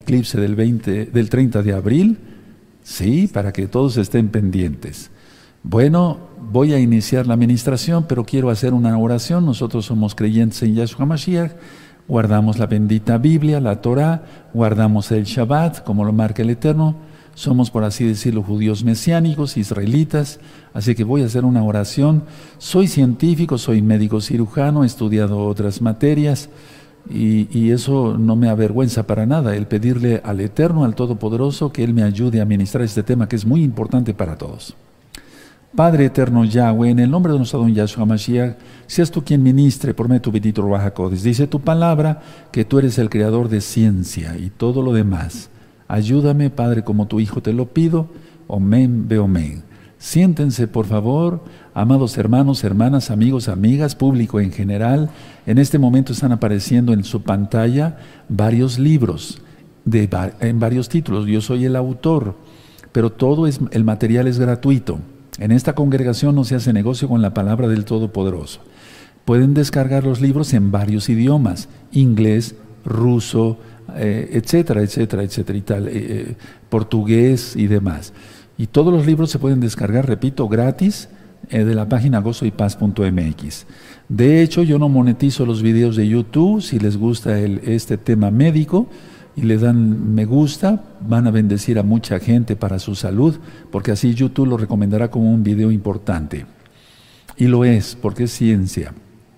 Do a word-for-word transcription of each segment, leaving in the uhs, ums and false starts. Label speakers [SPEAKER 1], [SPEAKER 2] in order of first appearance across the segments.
[SPEAKER 1] eclipse del, veinte, del treinta de abril, sí, para que todos estén pendientes. Bueno, voy a iniciar la administración, pero quiero hacer una oración. Nosotros somos creyentes en Yahshua Mashiach, guardamos la bendita Biblia, la Torah, guardamos el Shabbat, como lo marca el Eterno. Somos, por así decirlo, judíos mesiánicos, israelitas, así que voy a hacer una oración. Soy científico, soy médico cirujano, he estudiado otras materias y, y eso no me avergüenza para nada, el pedirle al Eterno, al Todopoderoso, que Él me ayude a ministrar este tema que es muy importante para todos. Padre eterno Yahweh, en el nombre de nuestro don Yahshua Mashiach, seas tú quien ministre por medio de tu bendito Ruach HaKodesh. Dice tu palabra que tú eres el creador de ciencia y todo lo demás. Ayúdame, Padre, como tu Hijo te lo pido. Omen, be omen. Siéntense, por favor, amados hermanos, hermanas, amigos, amigas, público en general. En este momento están apareciendo en su pantalla varios libros de, en varios títulos. Yo soy el autor, pero todo es, el material es gratuito. En esta congregación no se hace negocio con la palabra del Todopoderoso. Pueden descargar los libros en varios idiomas, inglés, ruso, eh, etcétera, etcétera, etcétera, y tal, eh, portugués y demás. Y todos los libros se pueden descargar, repito, gratis, eh, de la página gozo y paz punto m x. De hecho, yo no monetizo los videos de YouTube. Si les gusta el, este tema médico y le dan me gusta, van a bendecir a mucha gente para su salud, porque así YouTube lo recomendará como un video importante. Y lo es, porque es ciencia.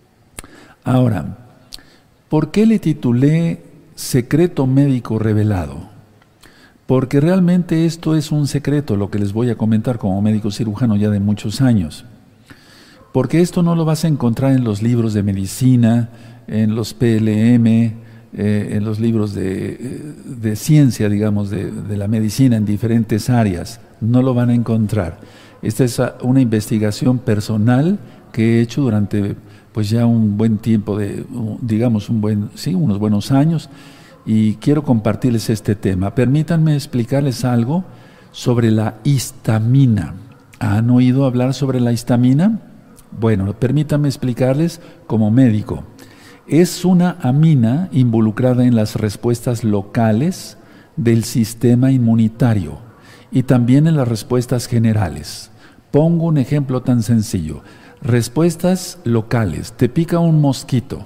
[SPEAKER 1] Ahora, ¿por qué le titulé Secreto Médico Revelado? Porque realmente esto es un secreto, lo que les voy a comentar como médico cirujano ya de muchos años. Porque esto no lo vas a encontrar en los libros de medicina, en los P L M, Eh, en los libros de, de ciencia, digamos, de, de la medicina en diferentes áreas. No lo van a encontrar. Esta es una investigación personal que he hecho durante pues ya un buen tiempo, de, digamos, un buen, sí, unos buenos años, y quiero compartirles este tema. Permítanme explicarles algo sobre la histamina. ¿Han oído hablar sobre la histamina? Bueno, permítanme explicarles como médico. Es una amina involucrada en las respuestas locales del sistema inmunitario y también en las respuestas generales. Pongo un ejemplo tan sencillo. Respuestas locales. Te pica un mosquito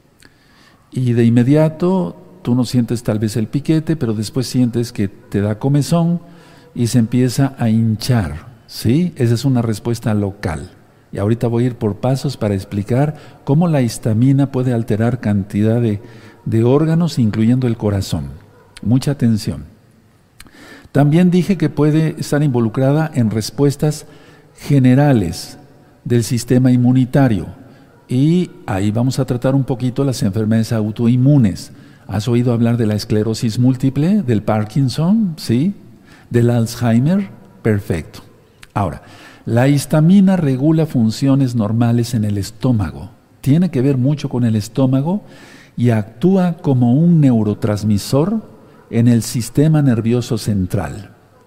[SPEAKER 1] y de inmediato tú no sientes tal vez el piquete, pero después sientes que te da comezón y se empieza a hinchar, ¿sí? Esa es una respuesta local. Y ahorita voy a ir por pasos para explicar cómo la histamina puede alterar cantidad de, de órganos, incluyendo el corazón. Mucha atención. También dije que puede estar involucrada en respuestas generales del sistema inmunitario. Y ahí vamos a tratar un poquito las enfermedades autoinmunes. ¿Has oído hablar de la esclerosis múltiple, del Parkinson, sí? ¿Del Alzheimer? Perfecto. Ahora, la histamina regula funciones normales en el estómago. Tiene que ver mucho con el estómago y actúa como un neurotransmisor en el sistema nervioso central.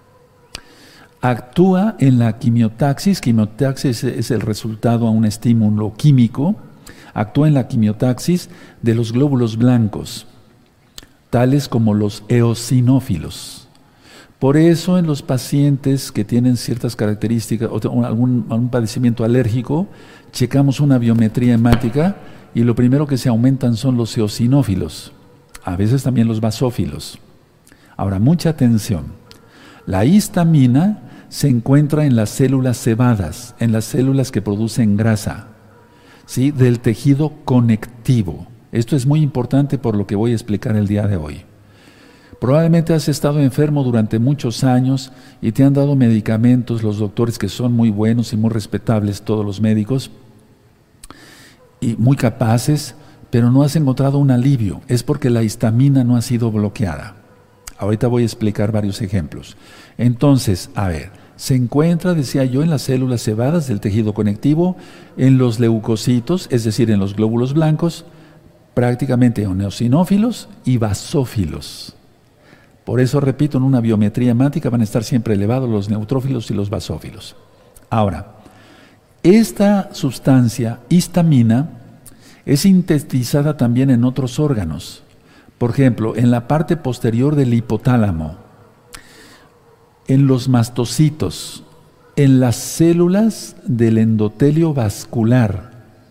[SPEAKER 1] Actúa en la quimiotaxis. Quimiotaxis es el resultado a un estímulo químico. Actúa en la quimiotaxis de los glóbulos blancos, tales como los eosinófilos. Por eso en los pacientes que tienen ciertas características o algún, algún padecimiento alérgico, checamos una biometría hemática y lo primero que se aumentan son los eosinófilos, a veces también los basófilos. Ahora, mucha atención. La histamina se encuentra en las células cebadas, en las células que producen grasa, ¿sí? Del tejido conectivo. Esto es muy importante por lo que voy a explicar el día de hoy. Probablemente has estado enfermo durante muchos años y te han dado medicamentos, los doctores que son muy buenos y muy respetables, todos los médicos, y muy capaces, pero no has encontrado un alivio. Es porque la histamina no ha sido bloqueada. Ahorita voy a explicar varios ejemplos. Entonces, a ver, se encuentra, decía yo, en las células cebadas del tejido conectivo, en los leucocitos, es decir, en los glóbulos blancos, prácticamente en eosinófilos y basófilos. Por eso, repito, en una biometría hemática van a estar siempre elevados los neutrófilos y los basófilos. Ahora, esta sustancia, histamina, es sintetizada también en otros órganos. Por ejemplo, en la parte posterior del hipotálamo, en los mastocitos, en las células del endotelio vascular.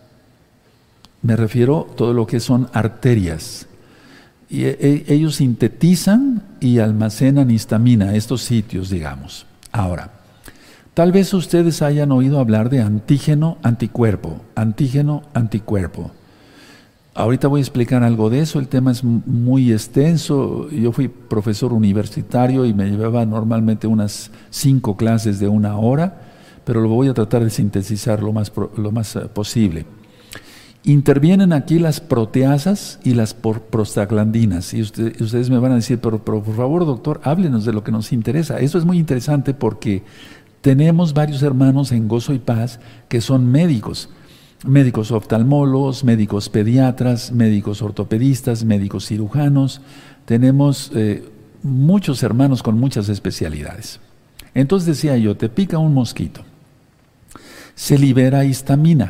[SPEAKER 1] Me refiero a todo lo que son arterias. Y e, ellos sintetizan y almacenan histamina, estos sitios, digamos. Ahora, tal vez ustedes hayan oído hablar de antígeno, anticuerpo, antígeno, anticuerpo. Ahorita voy a explicar algo de eso, el tema es muy extenso. Yo fui profesor universitario y me llevaba normalmente unas cinco clases de una hora, pero lo voy a tratar de sintetizar lo más, lo más posible. Intervienen aquí las proteasas y las prostaglandinas. Y usted, ustedes me van a decir, pero, pero por favor, doctor, háblenos de lo que nos interesa. Eso es muy interesante porque tenemos varios hermanos en Gozo y Paz que son médicos. Médicos oftalmólogos, médicos pediatras, médicos ortopedistas, médicos cirujanos. Tenemos eh, muchos hermanos con muchas especialidades. Entonces decía yo, te pica un mosquito, se libera histamina.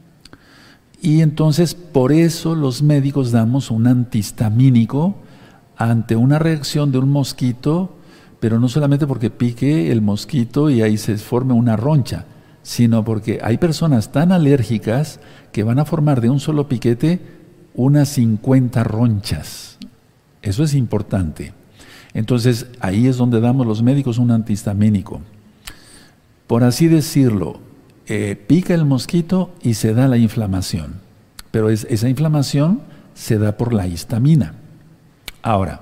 [SPEAKER 1] Y entonces por eso los médicos damos un antihistamínico ante una reacción de un mosquito, pero no solamente porque pique el mosquito y ahí se forme una roncha, sino porque hay personas tan alérgicas que van a formar de un solo piquete unas cincuenta ronchas. Eso es importante. Entonces ahí es donde damos los médicos un antihistamínico. Por así decirlo, Eh, pica el mosquito y se da la inflamación, pero es, esa inflamación se da por la histamina. Ahora,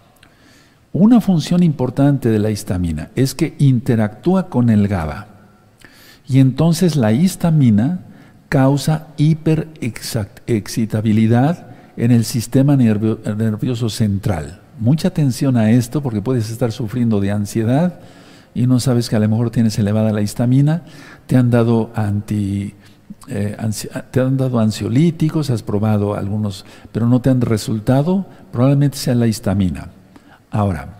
[SPEAKER 1] una función importante de la histamina es que interactúa con el GABA y entonces la histamina causa hiperexcitabilidad en el sistema nervio, nervioso central. Mucha atención a esto porque puedes estar sufriendo de ansiedad y no sabes que a lo mejor tienes elevada la histamina, te han dado anti, eh, ansi, te han dado ansiolíticos, has probado algunos, pero no te han resultado, probablemente sea la histamina. Ahora,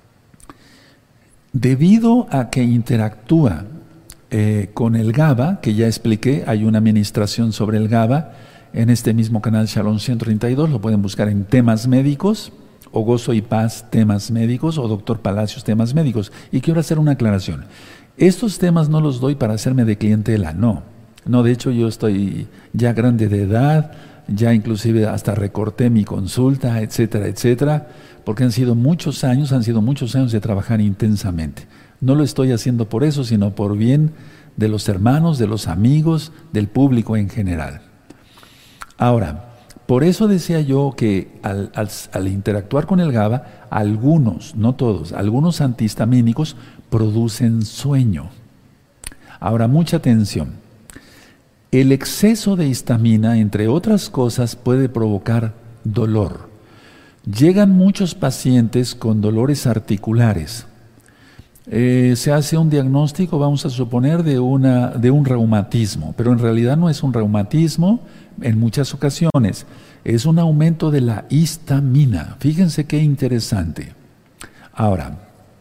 [SPEAKER 1] debido a que interactúa eh, con el GABA, que ya expliqué, hay una administración sobre el GABA en este mismo canal Shalom ciento treinta y dos, lo pueden buscar en temas médicos, o Gozo y Paz, temas médicos, o Doctor Palacios, temas médicos. Y quiero hacer una aclaración. Estos temas no los doy para hacerme de clientela, no. No, de hecho yo estoy ya grande de edad, ya inclusive hasta recorté mi consulta, etcétera, etcétera, porque han sido muchos años, han sido muchos años de trabajar intensamente. No lo estoy haciendo por eso, sino por bien de los hermanos, de los amigos, del público en general. Ahora, por eso decía yo que al, al, al interactuar con el GABA, algunos, no todos, algunos antihistamínicos producen sueño. Ahora, mucha atención. El exceso de histamina, entre otras cosas, puede provocar dolor. Llegan muchos pacientes con dolores articulares. Eh, se hace un diagnóstico, vamos a suponer, de, una, de un reumatismo, pero en realidad no es un reumatismo en muchas ocasiones, es un aumento de la histamina. Fíjense qué interesante. Ahora,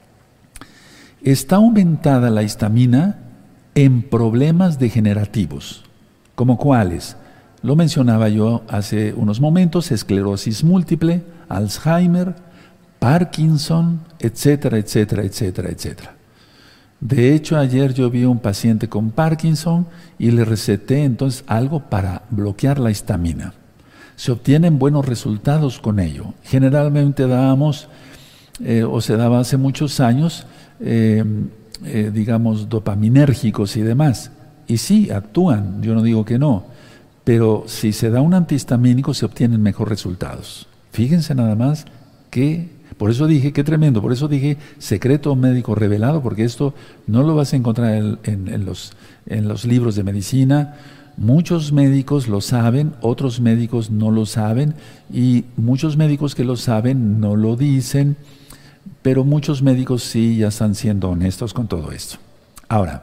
[SPEAKER 1] está aumentada la histamina en problemas degenerativos, ¿como cuáles? Lo mencionaba yo hace unos momentos: esclerosis múltiple, Alzheimer, Parkinson, etcétera, etcétera, etcétera, etcétera. De hecho, ayer yo vi a un paciente con Parkinson y le receté entonces algo para bloquear la histamina. Se obtienen buenos resultados con ello. Generalmente dábamos, eh, o se daba hace muchos años, eh, eh, digamos, dopaminérgicos y demás. Y sí, actúan, yo no digo que no, pero si se da un antihistamínico se obtienen mejores resultados. Fíjense nada más que... Por eso dije, qué tremendo, por eso dije secreto médico revelado, porque esto no lo vas a encontrar en, en, en, los, en los libros de medicina. Muchos médicos lo saben, otros médicos no lo saben, y muchos médicos que lo saben no lo dicen, pero muchos médicos sí ya están siendo honestos con todo esto. Ahora,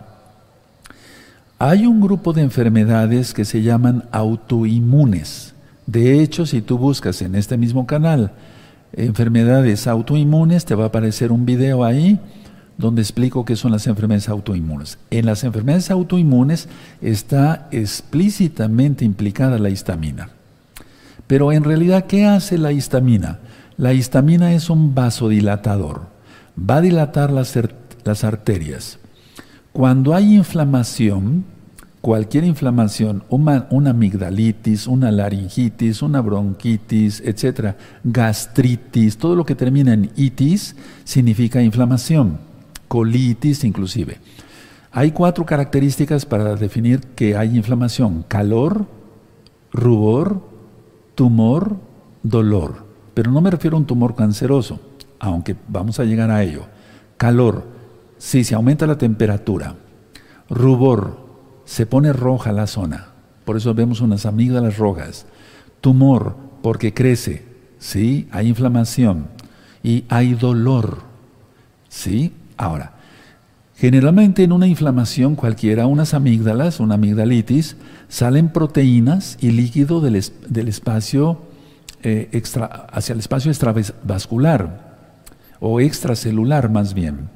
[SPEAKER 1] hay un grupo de enfermedades que se llaman autoinmunes. De hecho, si tú buscas en este mismo canal enfermedades autoinmunes, te va a aparecer un video ahí donde explico qué son las enfermedades autoinmunes. En las enfermedades autoinmunes está explícitamente implicada la histamina. Pero en realidad, ¿qué hace la histamina? La histamina es un vasodilatador. Va a dilatar las, las arterias. Cuando hay inflamación, cualquier inflamación, una, una amigdalitis, una laringitis, una bronquitis, etcétera, gastritis, todo lo que termina en itis significa inflamación, colitis inclusive. Hay cuatro características para definir que hay inflamación: calor, rubor, tumor, dolor. Pero no me refiero a un tumor canceroso, aunque vamos a llegar a ello. Calor, sí, se aumenta la temperatura. Rubor, se pone roja la zona, por eso vemos unas amígdalas rojas. Tumor, porque crece, ¿sí? Hay inflamación y hay dolor, ¿sí? Ahora, generalmente en una inflamación cualquiera, unas amígdalas, una amigdalitis, salen proteínas y líquido del, es, del espacio eh, extra, hacia el espacio extravascular o extracelular más bien.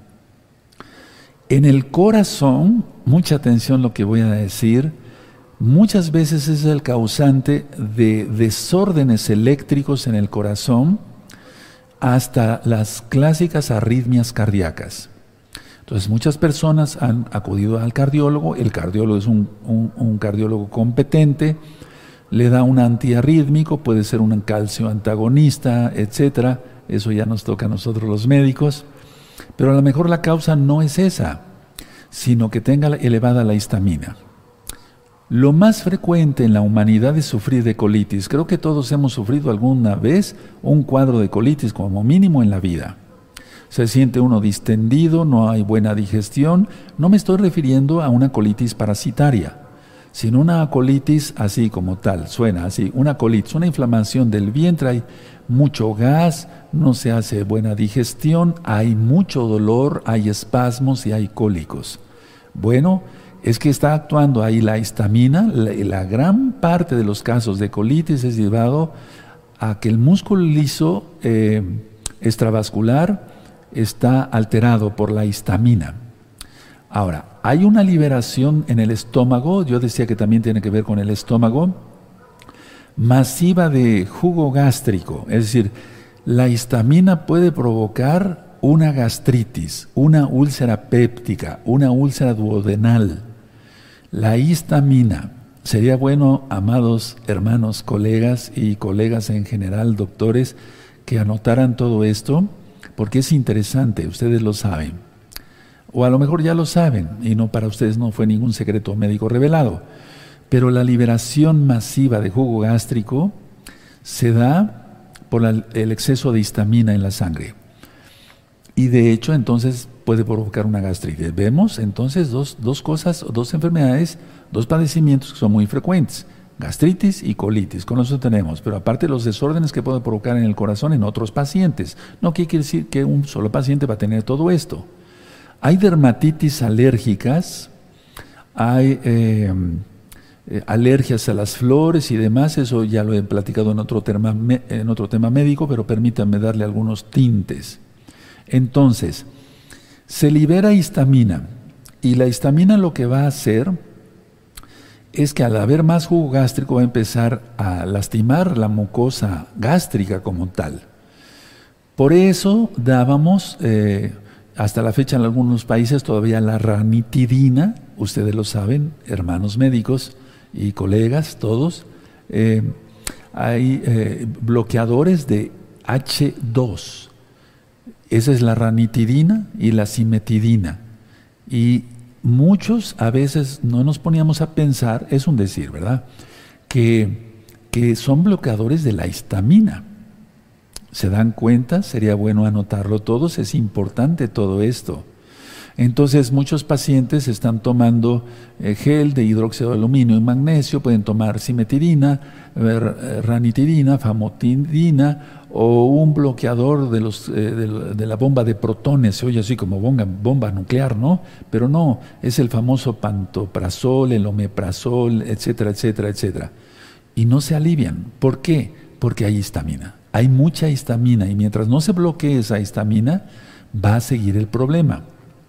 [SPEAKER 1] En el corazón, mucha atención lo que voy a decir, muchas veces es el causante de desórdenes eléctricos en el corazón hasta las clásicas arritmias cardíacas. Entonces muchas personas han acudido al cardiólogo, el cardiólogo es un, un, un cardiólogo competente, le da un antiarrítmico, puede ser un calcio antagonista, etcétera. Eso ya nos toca a nosotros los médicos. Pero a lo mejor la causa no es esa, sino que tenga elevada la histamina. Lo más frecuente en la humanidad es sufrir de colitis. Creo que todos hemos sufrido alguna vez un cuadro de colitis, como mínimo en la vida. Se siente uno distendido, no hay buena digestión. No me estoy refiriendo a una colitis parasitaria, sino una colitis así como tal, suena así, una colitis, una inflamación del vientre, hay mucho gas, no se hace buena digestión, hay mucho dolor, hay espasmos y hay cólicos. Bueno, es que está actuando ahí la histamina. La, la gran parte de los casos de colitis es llevado a que el músculo liso eh, extravascular está alterado por la histamina. Ahora, hay una liberación en el estómago, yo decía que también tiene que ver con el estómago, masiva de jugo gástrico, es decir, la histamina puede provocar una gastritis, una úlcera péptica, una úlcera duodenal. La histamina, sería bueno, amados hermanos, colegas y colegas en general, doctores, que anotaran todo esto, porque es interesante, ustedes lo saben. O a lo mejor ya lo saben, y no, para ustedes no fue ningún secreto médico revelado. Pero la liberación masiva de jugo gástrico se da por la, el exceso de histamina en la sangre. Y de hecho, entonces, puede provocar una gastritis. Vemos, entonces, dos, dos cosas, dos enfermedades, dos padecimientos que son muy frecuentes. Gastritis y colitis, con eso tenemos. Pero aparte los desórdenes que puede provocar en el corazón en otros pacientes. No quiere decir que un solo paciente va a tener todo esto. Hay dermatitis alérgicas, hay eh, eh, alergias a las flores y demás, eso ya lo he platicado en otro tema, en otro tema médico, pero permítanme darle algunos tintes. Entonces, se libera histamina, y la histamina lo que va a hacer es que al haber más jugo gástrico va a empezar a lastimar la mucosa gástrica como tal. Por eso dábamos... Eh, hasta la fecha en algunos países todavía la ranitidina, ustedes lo saben, hermanos médicos y colegas, todos, eh, hay eh, bloqueadores de hache dos. Esa es la ranitidina y la cimetidina. Y muchos a veces no nos poníamos a pensar, es un decir, ¿verdad?, que, que son bloqueadores de la histamina. ¿Se dan cuenta? Sería bueno anotarlo todos, es importante todo esto. Entonces muchos pacientes están tomando eh, gel de hidróxido de aluminio y magnesio, pueden tomar cimetidina, eh, ranitidina, famotidina o un bloqueador de, los, eh, de, de la bomba de protones, se oye así como bomba, bomba nuclear, ¿no? Pero no, es el famoso pantoprazol, el omeprazol, etcétera, etcétera, etcétera. Y no se alivian. ¿Por qué? Porque hay histamina. Hay mucha histamina y mientras no se bloquee esa histamina, va a seguir el problema.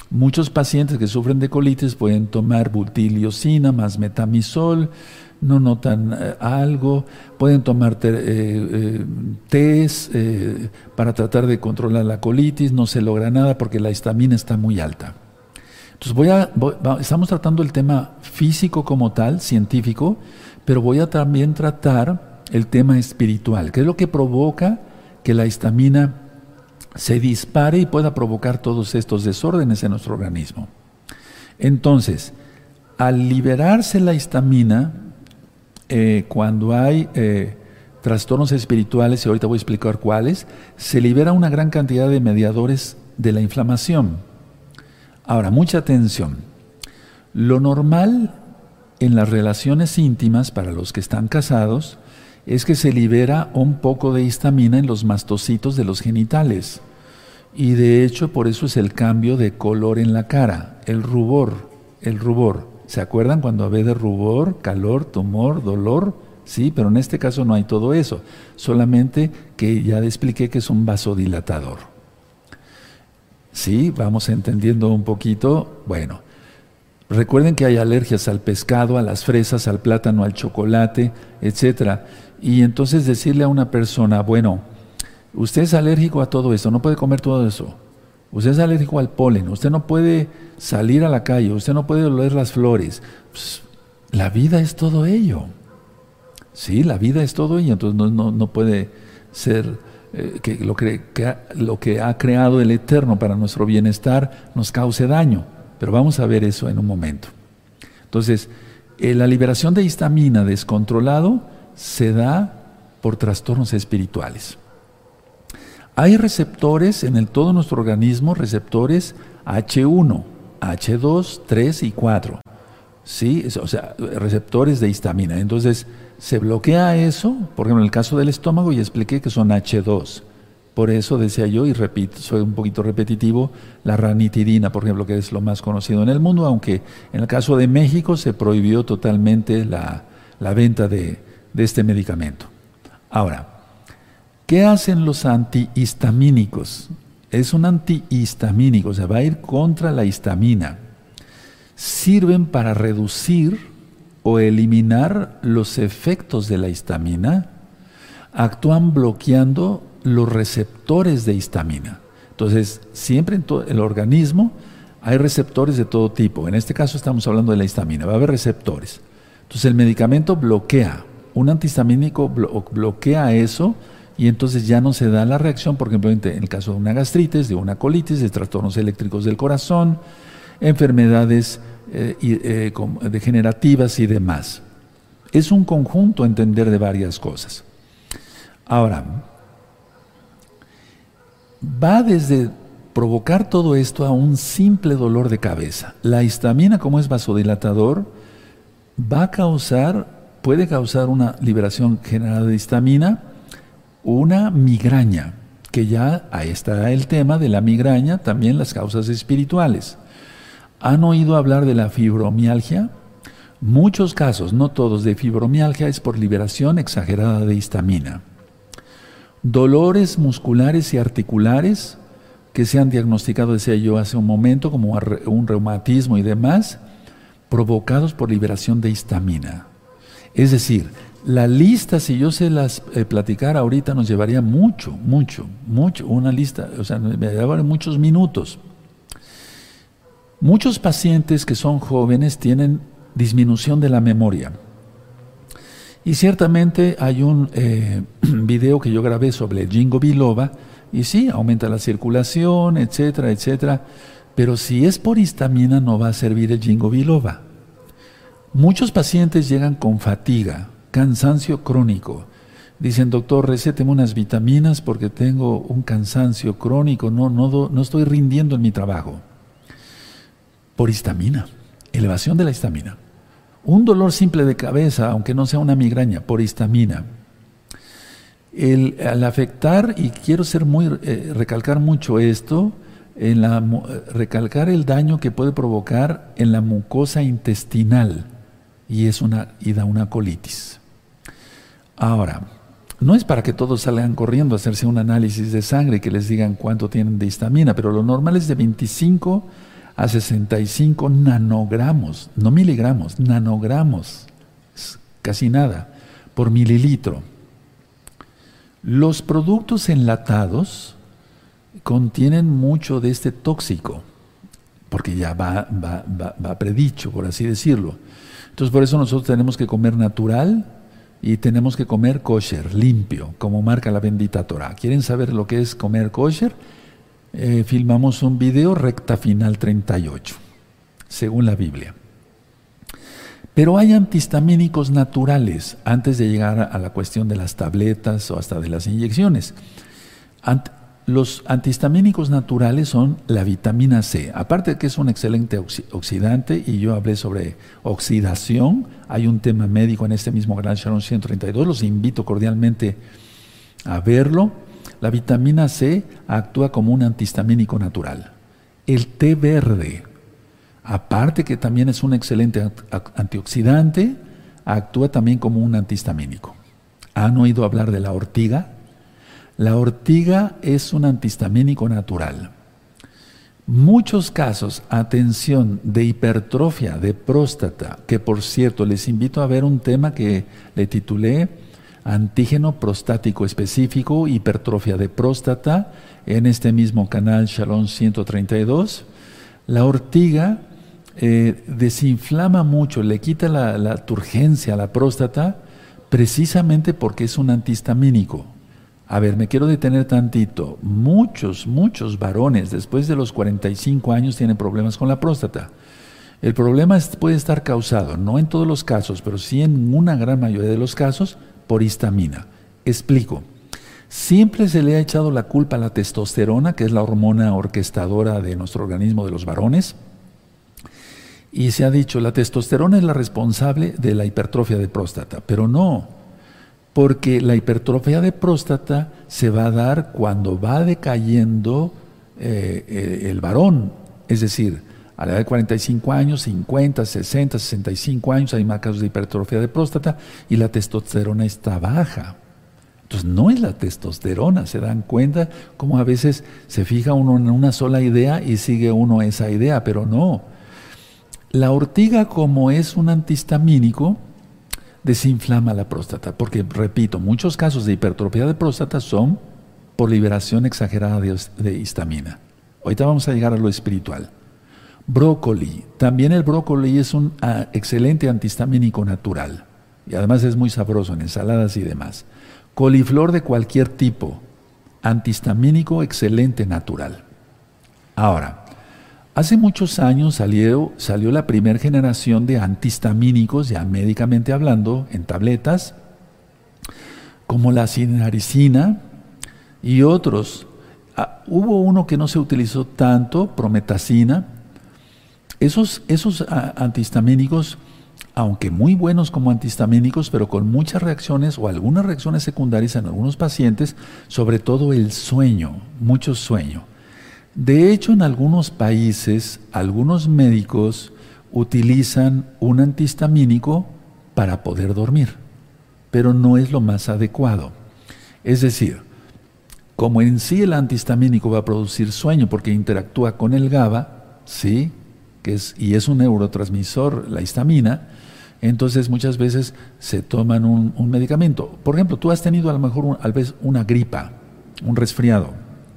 [SPEAKER 1] Muchos pacientes que sufren de colitis pueden tomar butiliocina más metamizol, no notan eh, algo, pueden tomar te, eh, eh, tés eh, para tratar de controlar la colitis, no se logra nada porque la histamina está muy alta. Entonces voy a, voy, va, estamos tratando el tema físico como tal, científico, pero voy a también tratar el tema espiritual, que es lo que provoca que la histamina se dispare y pueda provocar todos estos desórdenes en nuestro organismo. Entonces, al liberarse la histamina, eh, cuando hay eh, trastornos espirituales, y ahorita voy a explicar cuáles, se libera una gran cantidad de mediadores de la inflamación. Ahora, mucha atención. Lo normal en las relaciones íntimas, para los que están casados, es que se libera un poco de histamina en los mastocitos de los genitales. Y de hecho, por eso es el cambio de color en la cara, el rubor, el rubor. ¿Se acuerdan cuando había de rubor, calor, tumor, dolor? Sí, pero en este caso no hay todo eso. Solamente que ya les expliqué que es un vasodilatador. Sí, vamos entendiendo un poquito. Bueno, recuerden que hay alergias al pescado, a las fresas, al plátano, al chocolate, etcétera. Y entonces decirle a una persona, bueno, usted es alérgico a todo eso, no puede comer todo eso. Usted es alérgico al polen, usted no puede salir a la calle, usted no puede oler las flores. Pues, la vida es todo ello. Sí, la vida es todo ello, entonces no, no, no puede ser eh, que, lo que, que ha, lo que ha creado el Eterno para nuestro bienestar nos cause daño. Pero vamos a ver eso en un momento. Entonces, eh, la liberación de histamina descontrolado se da por trastornos espirituales. Hay receptores en el todo nuestro organismo, receptores hache uno, hache dos, tres y cuatro. ¿Sí? O sea, receptores de histamina. Entonces, se bloquea eso, por ejemplo, en el caso del estómago, y expliqué que son hache dos. Por eso decía yo, y repito, soy un poquito repetitivo, la ranitidina, por ejemplo, que es lo más conocido en el mundo, aunque en el caso de México se prohibió totalmente la, la venta de, de este medicamento. Ahora, ¿qué hacen los antihistamínicos? Es un antihistamínico, o sea, va a ir contra la histamina. Sirven para reducir o eliminar los efectos de la histamina, actúan bloqueando los receptores de histamina. Entonces, siempre en todo el organismo hay receptores de todo tipo. En este caso estamos hablando de la histamina, va a haber receptores. Entonces, el medicamento bloquea, un antihistamínico blo- bloquea eso, y entonces ya no se da la reacción, por ejemplo, en el caso de una gastritis, de una colitis, de trastornos eléctricos del corazón, enfermedades eh, eh, degenerativas y demás. Es un conjunto entender de varias cosas. Ahora, va desde provocar todo esto a un simple dolor de cabeza. La histamina, como es vasodilatador, va a causar, puede causar una liberación generada de histamina, una migraña, que ya ahí está el tema de la migraña, también las causas espirituales. ¿Han oído hablar de la fibromialgia? Muchos casos, no todos, de fibromialgia es por liberación exagerada de histamina. Dolores musculares y articulares que se han diagnosticado, decía yo hace un momento, como un reumatismo y demás, provocados por liberación de histamina. Es decir, la lista, si yo se las eh, platicara ahorita, nos llevaría mucho, mucho, mucho, una lista, o sea, me llevaría muchos minutos. Muchos pacientes que son jóvenes tienen disminución de la memoria. Y ciertamente hay un eh, video que yo grabé sobre el ginkgo biloba, y sí, aumenta la circulación, etcétera, etcétera, pero si es por histamina no va a servir el ginkgo biloba. Muchos pacientes llegan con fatiga, cansancio crónico. Dicen, doctor, recéteme unas vitaminas porque tengo un cansancio crónico, no, no, do, no estoy rindiendo en mi trabajo. Por histamina, elevación de la histamina. Un dolor simple de cabeza, aunque no sea una migraña, por histamina. El, al afectar, y quiero ser muy, eh, recalcar mucho esto, en la, recalcar el daño que puede provocar en la mucosa intestinal, y, es una, y da una colitis. Ahora, no es para que todos salgan corriendo a hacerse un análisis de sangre y que les digan cuánto tienen de histamina, pero lo normal es de veinticinco a sesenta y cinco nanogramos, no miligramos, nanogramos, casi nada, por mililitro. Los productos enlatados contienen mucho de este tóxico, porque ya va, va, va, va predicho, por así decirlo. Entonces, por eso nosotros tenemos que comer natural y tenemos que comer kosher, limpio, como marca la bendita Torah. ¿Quieren saber lo que es comer kosher? Eh, filmamos un video, recta final treinta y ocho, según la Biblia. Pero hay antihistamínicos naturales, antes de llegar a la cuestión de las tabletas o hasta de las inyecciones. Ant- los antihistamínicos naturales son la vitamina C, aparte de que es un excelente oxi- oxidante, y yo hablé sobre oxidación, hay un tema médico en este mismo Gran Shalom ciento treinta y dos, los invito cordialmente a verlo. La vitamina C actúa como un antihistamínico natural. El té verde, aparte que también es un excelente antioxidante, actúa también como un antihistamínico. ¿Han oído hablar de la ortiga? La ortiga es un antihistamínico natural. Muchos casos, atención, de hipertrofia de próstata, que por cierto les invito a ver un tema que le titulé Antígeno prostático específico, hipertrofia de próstata, en este mismo canal Shalom ciento treinta y dos. La ortiga eh, desinflama mucho, le quita la, la turgencia a la próstata, precisamente porque es un antihistamínico. A ver, me quiero detener tantito. Muchos, muchos varones después de los cuarenta y cinco años tienen problemas con la próstata. El problema es, puede estar causado, no en todos los casos, pero sí en una gran mayoría de los casos, por histamina. Explico. Siempre se le ha echado la culpa a la testosterona, que es la hormona orquestadora de nuestro organismo de los varones, y se ha dicho, la testosterona es la responsable de la hipertrofia de próstata, pero no, porque la hipertrofia de próstata se va a dar cuando va decayendo eh, eh, el varón, es decir, a la edad de cuarenta y cinco años, cincuenta, sesenta, sesenta y cinco años hay más casos de hipertrofia de próstata y la testosterona está baja. Entonces no es la testosterona, se dan cuenta cómo a veces se fija uno en una sola idea y sigue uno esa idea, pero no. La ortiga, como es un antihistamínico, desinflama la próstata, porque repito, muchos casos de hipertrofia de próstata son por liberación exagerada de, de histamina. Ahorita vamos a llegar a lo espiritual. Brócoli, también el brócoli es un uh, excelente antihistamínico natural y además es muy sabroso en ensaladas y demás. Coliflor de cualquier tipo, antihistamínico excelente natural. Ahora, hace muchos años salió, salió la primera generación de antihistamínicos, ya médicamente hablando, en tabletas, como la cinaricina y otros. Ah, hubo uno que no se utilizó tanto, prometacina. Esos, esos ah, antihistamínicos, aunque muy buenos como antihistamínicos, pero con muchas reacciones o algunas reacciones secundarias en algunos pacientes, sobre todo el sueño, mucho sueño. De hecho, en algunos países, algunos médicos utilizan un antihistamínico para poder dormir, pero no es lo más adecuado. Es decir, como en sí el antihistamínico va a producir sueño porque interactúa con el GABA, ¿sí? Que es, y es un neurotransmisor, la histamina, entonces muchas veces se toman un, un medicamento. Por ejemplo, tú has tenido a lo mejor un, a veces una gripa, un resfriado,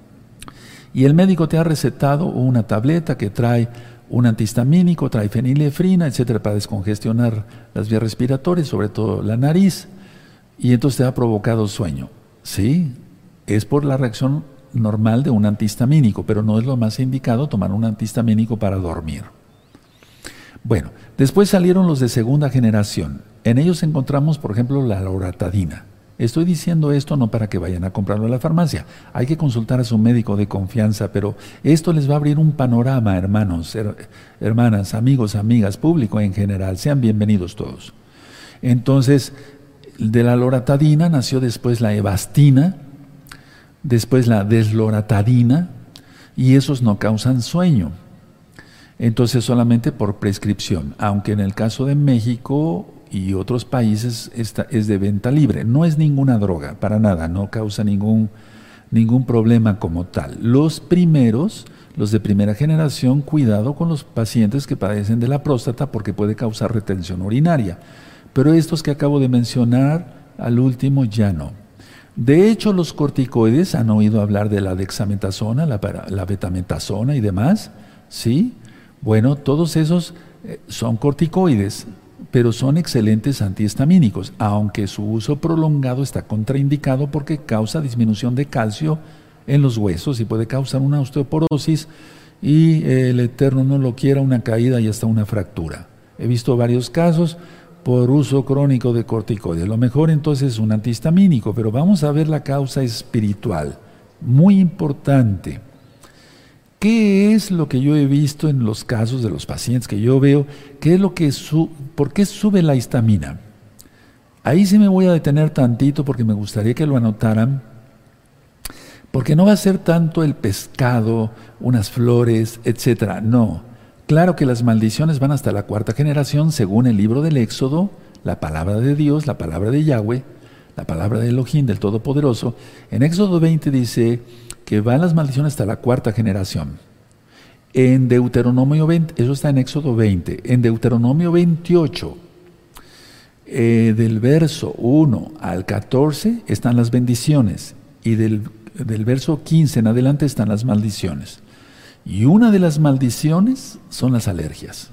[SPEAKER 1] y el médico te ha recetado una tableta que trae un antihistamínico, trae fenilefrina, etcétera, para descongestionar las vías respiratorias, sobre todo la nariz, y entonces te ha provocado sueño. Sí, es por la reacción normal de un antihistamínico, pero no es lo más indicado tomar un antihistamínico para dormir. Bueno, después salieron los de segunda generación. En ellos encontramos, por ejemplo, la loratadina. Estoy diciendo esto no para que vayan a comprarlo a la farmacia. Hay que consultar a su médico de confianza, pero esto les va a abrir un panorama, hermanos, her- hermanas, amigos, amigas, público en general. Sean bienvenidos todos. Entonces, de la loratadina nació después la evastina, después la desloratadina, y esos no causan sueño. Entonces solamente por prescripción, aunque en el caso de México y otros países esta es de venta libre. No es ninguna droga, para nada, no causa ningún, ningún problema como tal. Los primeros, los de primera generación, cuidado con los pacientes que padecen de la próstata porque puede causar retención urinaria. Pero estos que acabo de mencionar, al último ya no. De hecho, los corticoides, ¿han oído hablar de la dexametasona, la, la betametasona y demás? ¿Sí? Bueno, todos esos eh, son corticoides, pero son excelentes antihistamínicos, aunque su uso prolongado está contraindicado porque causa disminución de calcio en los huesos y puede causar una osteoporosis y eh, el Eterno no lo quiera, una caída y hasta una fractura. He visto varios casos por uso crónico de corticoides. Lo mejor entonces es un antihistamínico, pero vamos a ver la causa espiritual, muy importante. ¿Qué es lo que yo he visto en los casos de los pacientes que yo veo? ¿Qué es lo que su, ¿Por qué sube la histamina? Ahí sí me voy a detener tantito porque me gustaría que lo anotaran, porque no va a ser tanto el pescado, unas flores, etcétera. No. Claro que las maldiciones van hasta la cuarta generación según el libro del Éxodo, la palabra de Dios, la palabra de Yahweh, la palabra de Elohim, del Todopoderoso. En Éxodo veinte dice que van las maldiciones hasta la cuarta generación. En Deuteronomio veinte, eso está en Éxodo veinte, en Deuteronomio veintiocho, eh, del verso uno al catorce están las bendiciones y del, del verso quince en adelante están las maldiciones. Y una de las maldiciones son las alergias.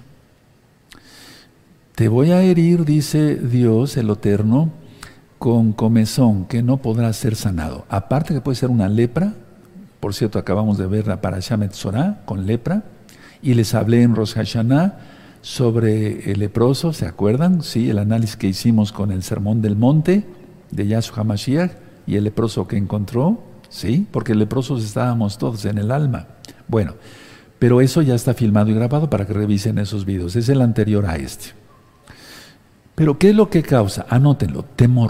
[SPEAKER 1] Te voy a herir, dice Dios, el Eterno, con comezón que no podrá ser sanado. Aparte que puede ser una lepra. Por cierto, acabamos de ver la Parashá Metzorá con lepra, y les hablé en Rosh Hashanah sobre el leproso, ¿se acuerdan? Sí, el análisis que hicimos con el Sermón del Monte de Yahshua HaMashiach y el leproso que encontró, sí, porque leprosos estábamos todos en el alma. Bueno, pero eso ya está filmado y grabado para que revisen esos videos, es el anterior a este. Pero ¿qué es lo que causa? Anótenlo, temor.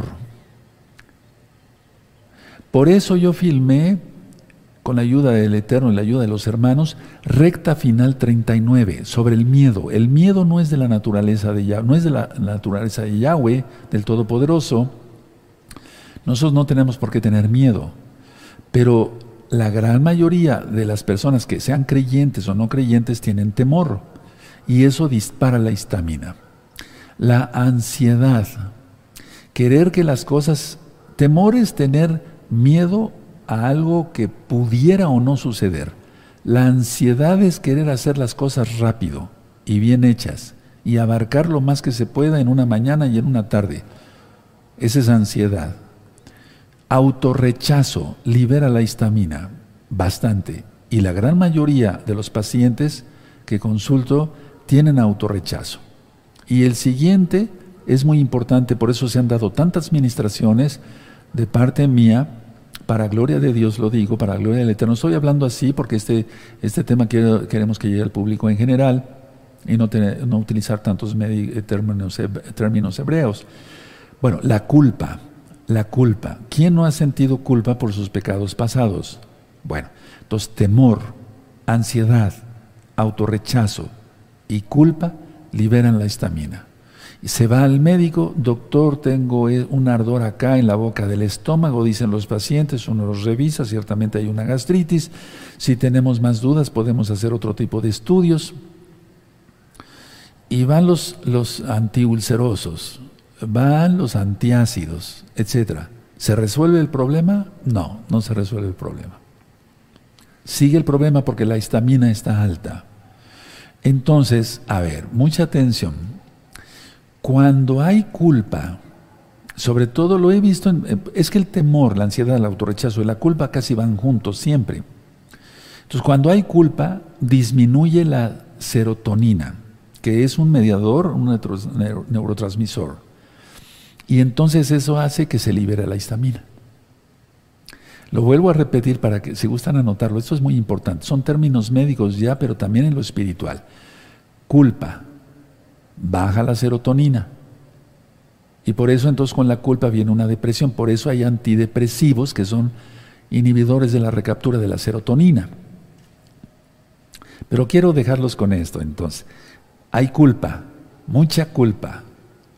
[SPEAKER 1] Por eso yo filmé, con la ayuda del Eterno y la ayuda de los hermanos, recta final treinta y nueve, sobre el miedo. El miedo no es de la naturaleza de Yahweh, no es de la naturaleza de Yahweh, del Todopoderoso. Nosotros no tenemos por qué tener miedo, pero la gran mayoría de las personas que sean creyentes o no creyentes tienen temor, y eso dispara la histamina. La ansiedad, querer que las cosas, temor es tener miedo a algo que pudiera o no suceder. La ansiedad es querer hacer las cosas rápido y bien hechas y abarcar lo más que se pueda en una mañana y en una tarde. Esa es ansiedad. Autorrechazo libera la histamina bastante, y la gran mayoría de los pacientes que consulto tienen autorrechazo. Y el siguiente es muy importante, por eso se han dado tantas ministraciones de parte mía. Para gloria de Dios lo digo, para gloria del Eterno. Estoy hablando así porque este, este tema quiero, queremos que llegue al público en general y no, tener, no utilizar tantos términos, términos hebreos. Bueno, la culpa, la culpa. ¿Quién no ha sentido culpa por sus pecados pasados? Bueno, entonces temor, ansiedad, autorrechazo y culpa liberan la histamina. Y se va al médico, doctor, tengo un ardor acá en la boca del estómago, dicen los pacientes, uno los revisa, ciertamente hay una gastritis. Si tenemos más dudas podemos hacer otro tipo de estudios. Y van los, los antiulcerosos, van los antiácidos, etcétera. ¿Se resuelve el problema? No, no se resuelve el problema. Sigue el problema porque la histamina está alta. Entonces, a ver, mucha atención. Cuando hay culpa, sobre todo lo he visto, en, es que el temor, la ansiedad, el autorrechazo y la culpa casi van juntos siempre. Entonces, cuando hay culpa, disminuye la serotonina, que es un mediador, un neurotransmisor. Y entonces eso hace que se libere la histamina. Lo vuelvo a repetir para que, si gustan anotarlo, esto es muy importante. Son términos médicos ya, pero también en lo espiritual. Culpa. Baja la serotonina. Y por eso entonces con la culpa viene una depresión. Por eso hay antidepresivos que son inhibidores de la recaptura de la serotonina. Pero quiero dejarlos con esto entonces. Hay culpa, mucha culpa.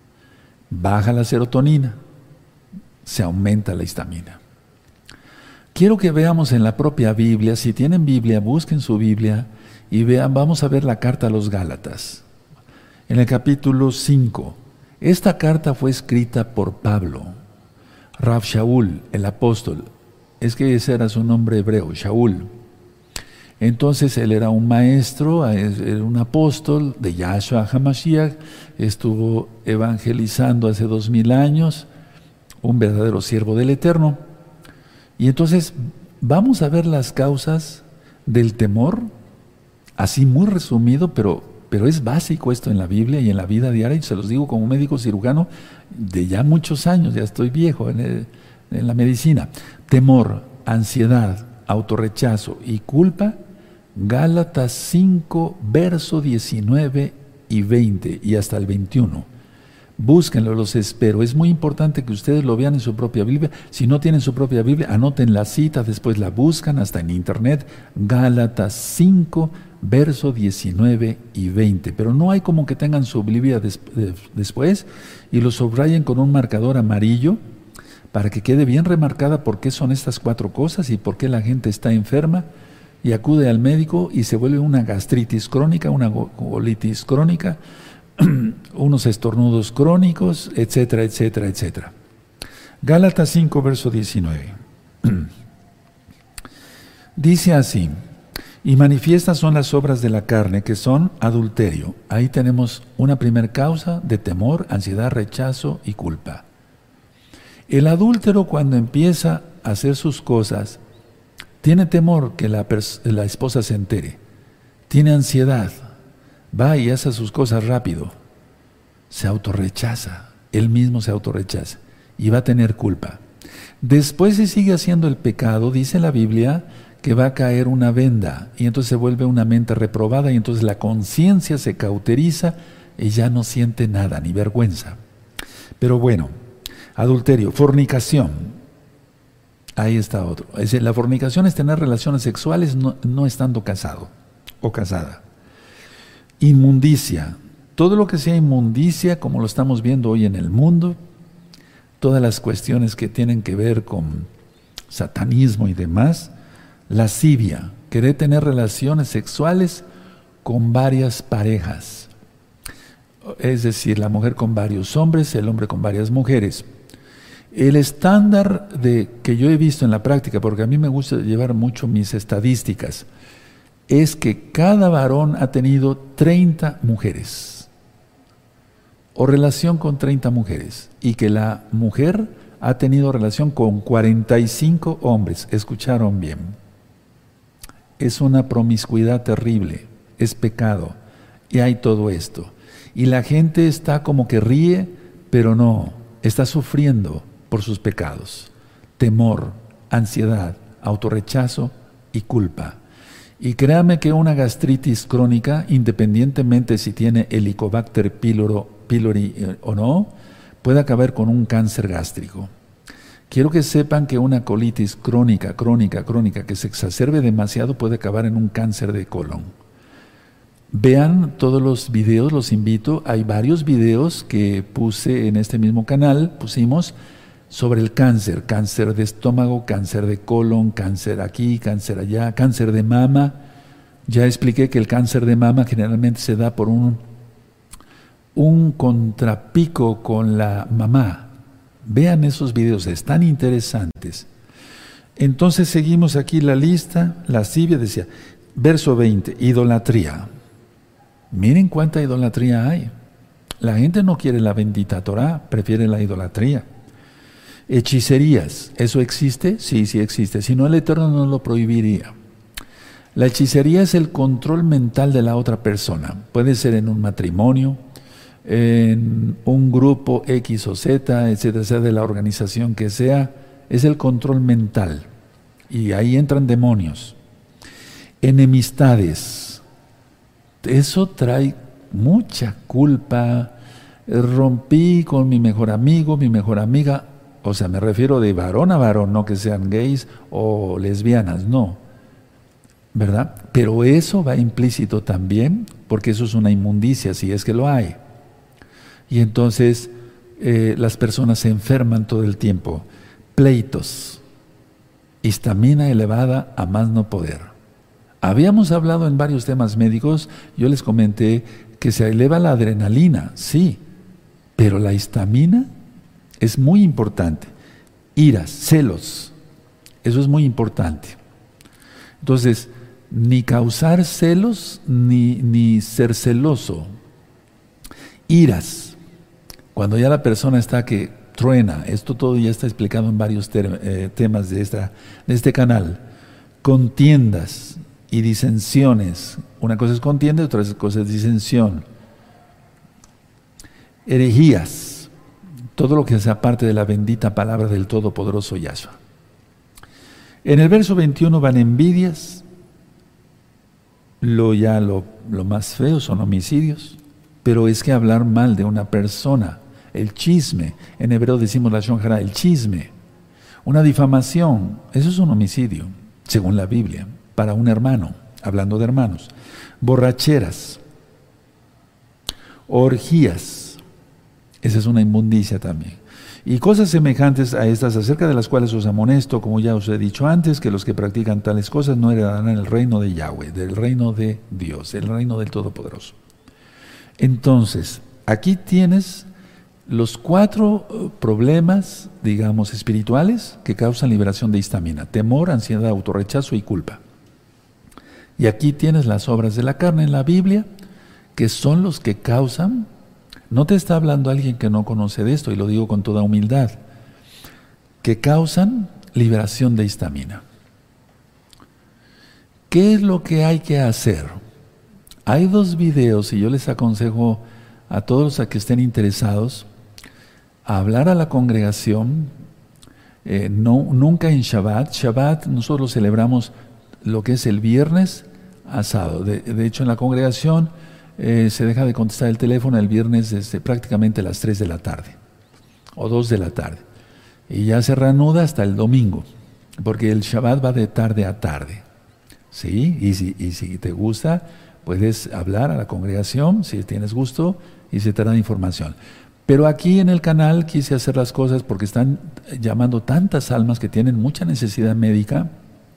[SPEAKER 1] Baja la serotonina, se aumenta la histamina. quiero que veamos en la propia Biblia, si tienen Biblia, busquen su Biblia y vean, vamos a ver la carta a los Gálatas, en el capítulo cinco. Esta carta fue escrita por Pablo, Rav Shaul, el apóstol. Es que ese era su nombre hebreo, Shaul. Entonces él era un maestro, era un apóstol de Yahshua HaMashiach, estuvo evangelizando hace dos mil años, un verdadero siervo del Eterno. Y entonces vamos a ver las causas del temor, así muy resumido, pero, pero es básico esto en la Biblia y en la vida diaria, y se los digo como médico cirujano de ya muchos años, ya estoy viejo en, el, en la medicina. Temor, ansiedad, autorrechazo y culpa. Gálatas cinco, verso diecinueve y veinte y hasta el veintiuno. Búsquenlo, los espero. Es muy importante que ustedes lo vean en su propia Biblia. Si no tienen su propia Biblia, anoten la cita, después la buscan hasta en internet. Gálatas cinco, verso diecinueve y veinte. Pero no hay como que tengan su Biblia des, de, después y lo subrayen con un marcador amarillo para que quede bien remarcada por qué son estas cuatro cosas y por qué la gente está enferma y acude al médico y se vuelve una gastritis crónica, una colitis crónica, unos estornudos crónicos, etcétera, etcétera, etcétera. Gálatas cinco, verso diecinueve. Dice así: y manifiestas son las obras de la carne, que son adulterio. Ahí tenemos una primera causa de temor, ansiedad, rechazo y culpa. El adúltero, cuando empieza a hacer sus cosas, tiene temor que la, la esposa se entere, tiene ansiedad, va y hace sus cosas rápido, se autorrechaza, él mismo se autorrechaza y va a tener culpa. Después, si sigue haciendo el pecado, dice la Biblia que va a caer una venda y entonces se vuelve una mente reprobada y entonces la conciencia se cauteriza y ya no siente nada, ni vergüenza. Pero bueno, adulterio, fornicación. Ahí está otro. Es decir, la fornicación es tener relaciones sexuales no, no estando casado o casada. Inmundicia. Todo lo que sea inmundicia, como lo estamos viendo hoy en el mundo, todas las cuestiones que tienen que ver con satanismo y demás. Lascivia, querer tener relaciones sexuales con varias parejas. Es decir, la mujer con varios hombres, el hombre con varias mujeres. El estándar de, que yo he visto en la práctica, porque a mí me gusta llevar mucho mis estadísticas, es que cada varón ha tenido treinta mujeres, o relación con treinta mujeres, y que la mujer ha tenido relación con cuarenta y cinco hombres. ¿Escucharon bien? Es una promiscuidad terrible, es pecado, y hay todo esto. Y la gente está como que ríe, pero no, está sufriendo por sus pecados. Temor, ansiedad, autorrechazo y culpa. Y créame que una gastritis crónica, independientemente si tiene Helicobacter pylori, pylori eh, o no, puede acabar con un cáncer gástrico. Quiero que sepan que una colitis crónica, crónica, crónica, que se exacerbe demasiado puede acabar en un cáncer de colon. Vean todos los videos, los invito. Hay varios videos que puse en este mismo canal, pusimos sobre el cáncer, cáncer de estómago, cáncer de colon, cáncer aquí, cáncer allá, cáncer de mama. Ya expliqué que el cáncer de mama generalmente se da por un, un contrapico con la mamá. Vean esos videos, están interesantes. Entonces seguimos aquí la lista. Lascivia, decía, verso veinte, idolatría. Miren cuánta idolatría hay. La gente no quiere la bendita Torah, prefiere la idolatría. Hechicerías, ¿eso existe? Sí, sí existe. Si no, el Eterno no lo prohibiría. La hechicería es el control mental de la otra persona. Puede ser en un matrimonio, en un grupo X o Z, etcétera, sea de la organización que sea. Es el control mental. Y ahí entran demonios. Enemistades. Eso trae mucha culpa. Rompí con mi mejor amigo, mi mejor amiga. O sea, me refiero de varón a varón, no que sean gays o lesbianas, no. ¿Verdad? Pero eso va implícito también, porque eso es una inmundicia, si es que lo hay. Y entonces eh, las personas se enferman todo el tiempo. Pleitos. histamina elevada a más no poder. Habíamos hablado en varios temas médicos, yo les comenté que se eleva la adrenalina, sí, pero la histamina es muy importante. Iras, celos, eso es muy importante. Entonces, ni causar celos, ni, ni ser celoso. Iras, cuando ya la persona está que truena, esto todo ya está explicado en varios ter, eh, temas de, esta, de este canal. Contiendas y disensiones, una cosa es contienda y otra cosa es disensión. Herejías, todo lo que sea parte de la bendita palabra del Todopoderoso Yahshua. En el verso veintiuno van envidias, lo ya lo, lo más feo son homicidios, pero es que hablar mal de una persona, el chisme, en hebreo decimos la shon hara, el chisme, una difamación, eso es un homicidio, según la Biblia, para un hermano, hablando de hermanos. Borracheras, orgías, esa es una inmundicia también. Y cosas semejantes a estas, acerca de las cuales os amonesto, como ya os he dicho antes, que los que practican tales cosas no heredarán el reino de Yahweh, del reino de Dios, el reino del Todopoderoso. Entonces, aquí tienes los cuatro problemas, digamos, espirituales que causan liberación de histamina: temor, ansiedad, autorrechazo y culpa. Y aquí tienes las obras de la carne en la Biblia, que son los que causan. No te está hablando alguien que no conoce de esto, y lo digo con toda humildad, que causan liberación de histamina. ¿Qué es lo que hay que hacer? Hay dos videos, y yo les aconsejo a todos los que estén interesados a hablar a la congregación, eh, no, nunca en Shabbat. Shabbat nosotros celebramos lo que es el viernes asado. De, de hecho, en la congregación Eh, se deja de contestar el teléfono el viernes desde prácticamente las tres de la tarde o dos de la tarde, y ya se reanuda hasta el domingo, porque el Shabbat va de tarde a tarde, ¿sí? Y si, y si te gusta, puedes hablar a la congregación, si tienes gusto, y se te da información. Pero aquí en el canal quise hacer las cosas porque están llamando tantas almas que tienen mucha necesidad médica,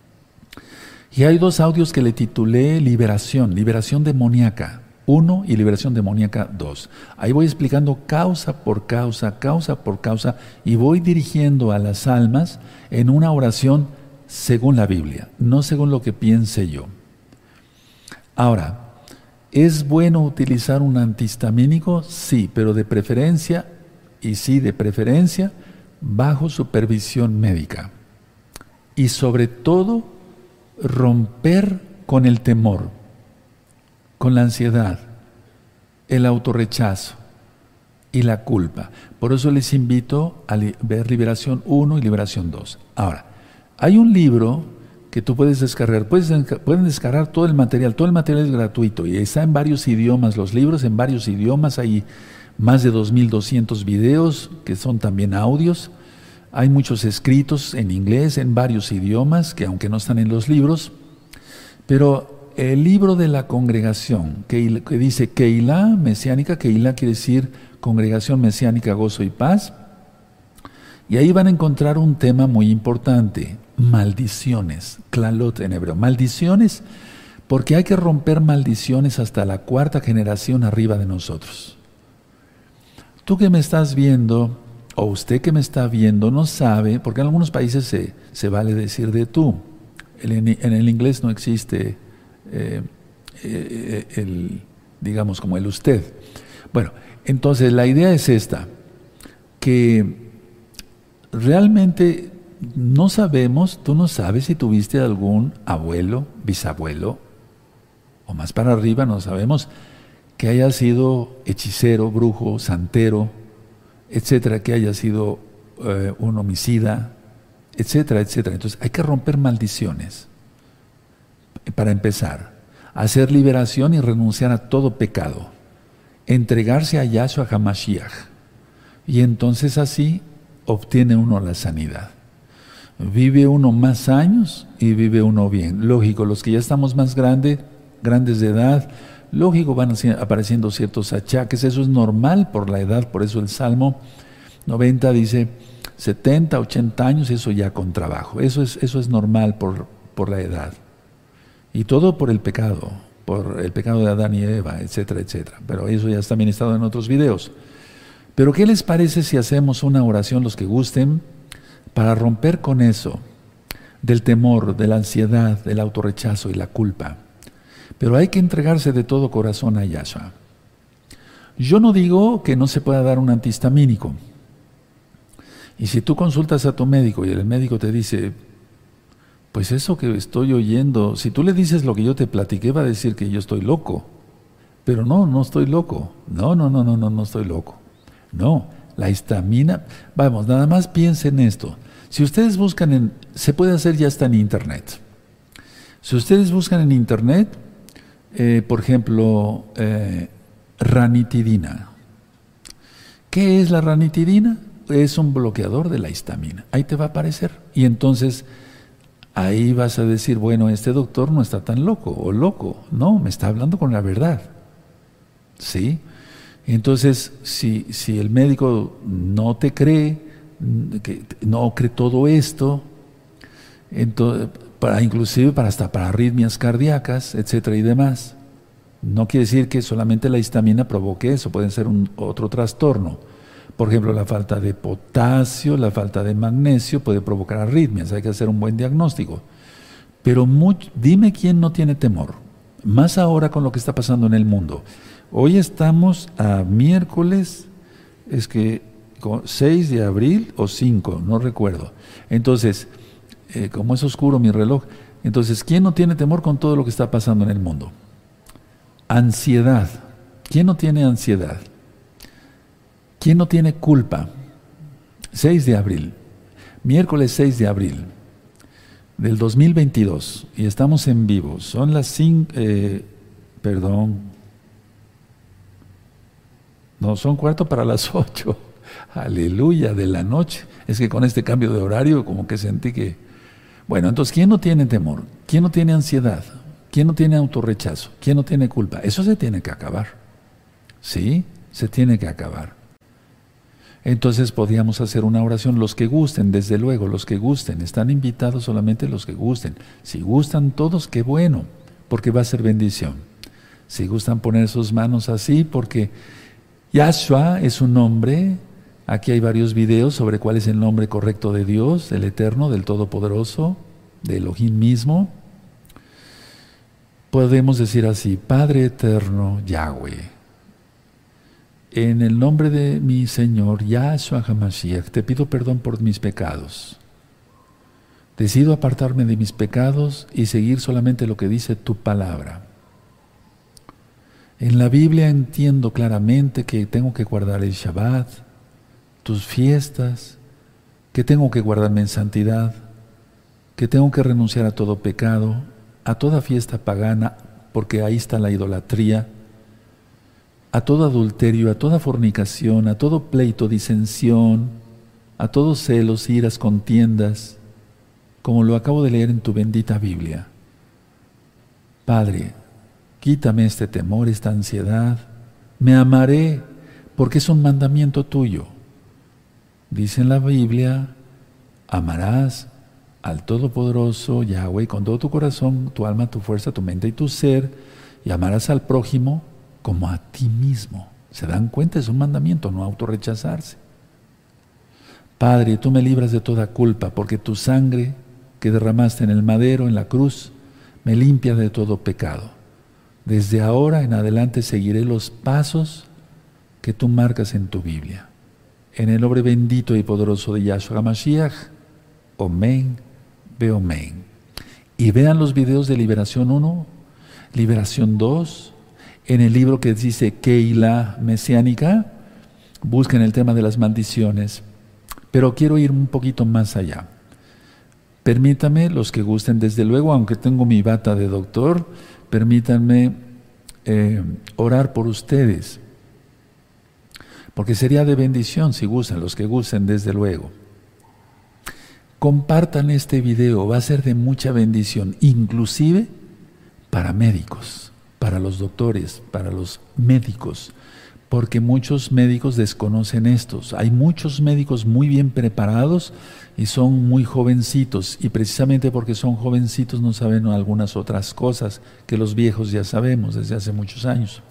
[SPEAKER 1] y hay dos audios que le titulé Liberación, Liberación Demoníaca uno y Liberación Demoníaca dos. Ahí voy explicando causa por causa, causa por causa, y voy dirigiendo a las almas en una oración según la Biblia, no según lo que piense yo. Ahora, ¿es bueno utilizar un antihistamínico? Sí, pero de preferencia, y sí, de preferencia, bajo supervisión médica. Y sobre todo, romper con el temor, con la ansiedad, el autorrechazo y la culpa. Por eso les invito a ver Liberación uno y Liberación dos. Ahora, hay un libro que tú puedes descargar, puedes, pueden descargar todo el material, todo el material es gratuito y está en varios idiomas, los libros en varios idiomas, hay más de dos mil doscientos videos que son también audios, hay muchos escritos en inglés, en varios idiomas, que aunque no están en los libros, pero el libro de la congregación, que, que dice Keilah mesiánica, Keilah quiere decir congregación mesiánica, gozo y paz, y ahí van a encontrar un tema muy importante, maldiciones, klalot en hebreo, maldiciones, porque hay que romper maldiciones hasta la cuarta generación arriba de nosotros. Tú que me estás viendo, o usted que me está viendo, no sabe, porque en algunos países se, se vale decir de tú, en, en el inglés no existe Eh, eh, el, digamos como el usted. Bueno, entonces la idea es esta, que realmente no sabemos, tú no sabes si tuviste algún abuelo, bisabuelo, o más para arriba, no sabemos, que haya sido hechicero, brujo, santero, etcétera, que haya sido eh, un homicida, etcétera, etcétera. Entonces hay que romper maldiciones. Para empezar, hacer liberación y renunciar a todo pecado, entregarse a Yahshua HaMashiach, y entonces así obtiene uno la sanidad. Vive uno más años y vive uno bien. Lógico, los que ya estamos más grandes, grandes de edad, lógico, van apareciendo ciertos achaques, eso es normal por la edad, por eso el Salmo noventa dice, setenta, ochenta años, eso ya con trabajo. Eso es, eso es normal por, por la edad. Y todo por el pecado, por el pecado de Adán y Eva, etcétera, etcétera. Pero eso ya está ministrado en otros videos. Pero ¿qué les parece si hacemos una oración, los que gusten, para romper con eso, del temor, de la ansiedad, del autorrechazo y la culpa? Pero hay que entregarse de todo corazón a Yahshua. Yo no digo que no se pueda dar un antihistamínico. Y si tú consultas a tu médico y el médico te dice, pues eso que estoy oyendo, si tú le dices lo que yo te platiqué, va a decir que yo estoy loco. Pero no, no estoy loco. No, no, no, no, no, no estoy loco. No, la histamina, vamos, nada más piensen en esto. Si ustedes buscan en, se puede hacer ya hasta en internet. Si ustedes buscan en internet, eh, por ejemplo, eh, ranitidina. ¿Qué es la ranitidina? Es un bloqueador de la histamina. Ahí te va a aparecer. Y entonces, ahí vas a decir, bueno, este doctor no está tan loco o loco. No, me está hablando con la verdad. ¿Sí? Entonces, si, si el médico no te cree, que no cree todo esto, entonces, para, inclusive para hasta para arritmias cardíacas, etcétera y demás, no quiere decir que solamente la histamina provoque eso, puede ser un, otro trastorno. Por ejemplo, la falta de potasio, la falta de magnesio puede provocar arritmias, hay que hacer un buen diagnóstico. Pero mucho, dime quién no tiene temor, más ahora con lo que está pasando en el mundo. Hoy estamos a miércoles, es que seis de abril o cinco, no recuerdo. Entonces, eh, como es oscuro mi reloj, entonces, ¿quién no tiene temor con todo lo que está pasando en el mundo? Ansiedad. ¿Quién no tiene ansiedad? ¿Quién no tiene culpa? seis de abril, miércoles seis de abril del dos mil veintidós, y estamos en vivo. Son las cinco, eh, perdón, no, son cuarto para las ocho. Aleluya, de la noche. Es que con este cambio de horario como que sentí que... Bueno, entonces, ¿quién no tiene temor? ¿Quién no tiene ansiedad? ¿Quién no tiene autorrechazo? ¿Quién no tiene culpa? Eso se tiene que acabar. ¿Sí? Se tiene que acabar. Entonces podríamos hacer una oración, los que gusten, desde luego, los que gusten. Están invitados solamente los que gusten. Si gustan todos, qué bueno, porque va a ser bendición. Si gustan poner sus manos así, porque Yahshua es un nombre. Aquí hay varios videos sobre cuál es el nombre correcto de Dios, del Eterno, del Todopoderoso, de Elohim mismo. Podemos decir así, Padre Eterno, Yahweh, en el nombre de mi Señor, Yahshua HaMashiach, te pido perdón por mis pecados. Decido apartarme de mis pecados y seguir solamente lo que dice tu palabra. En la Biblia entiendo claramente que tengo que guardar el Shabbat, tus fiestas, que tengo que guardarme en santidad, que tengo que renunciar a todo pecado, a toda fiesta pagana, porque ahí está la idolatría, a todo adulterio, a toda fornicación, a todo pleito, disensión, a todos celos, iras, contiendas, como lo acabo de leer en tu bendita Biblia. Padre, quítame este temor, esta ansiedad, me amaré, porque es un mandamiento tuyo. Dice en la Biblia, amarás al Todopoderoso Yahweh con todo tu corazón, tu alma, tu fuerza, tu mente y tu ser, y amarás al prójimo como a ti mismo. ¿Se dan cuenta? Es un mandamiento, no autorrechazarse. Padre, tú me libras de toda culpa, porque tu sangre que derramaste en el madero, en la cruz, me limpia de todo pecado. Desde ahora en adelante seguiré los pasos que tú marcas en tu Biblia. En el nombre bendito y poderoso de Yahshua HaMashiach, Omen, Beomen. Y vean los videos de Liberación uno, Liberación dos, en el libro que dice Keilah Mesiánica, busquen el tema de las maldiciones. Pero quiero ir un poquito más allá. Permítanme, los que gusten, desde luego, aunque tengo mi bata de doctor, permítanme eh, orar por ustedes. Porque sería de bendición si gustan, los que gusten, desde luego. Compartan este video, va a ser de mucha bendición, inclusive para médicos, para los doctores, para los médicos, porque muchos médicos desconocen estos. Hay muchos médicos muy bien preparados y son muy jovencitos, y precisamente porque son jovencitos no saben algunas otras cosas que los viejos ya sabemos desde hace muchos años.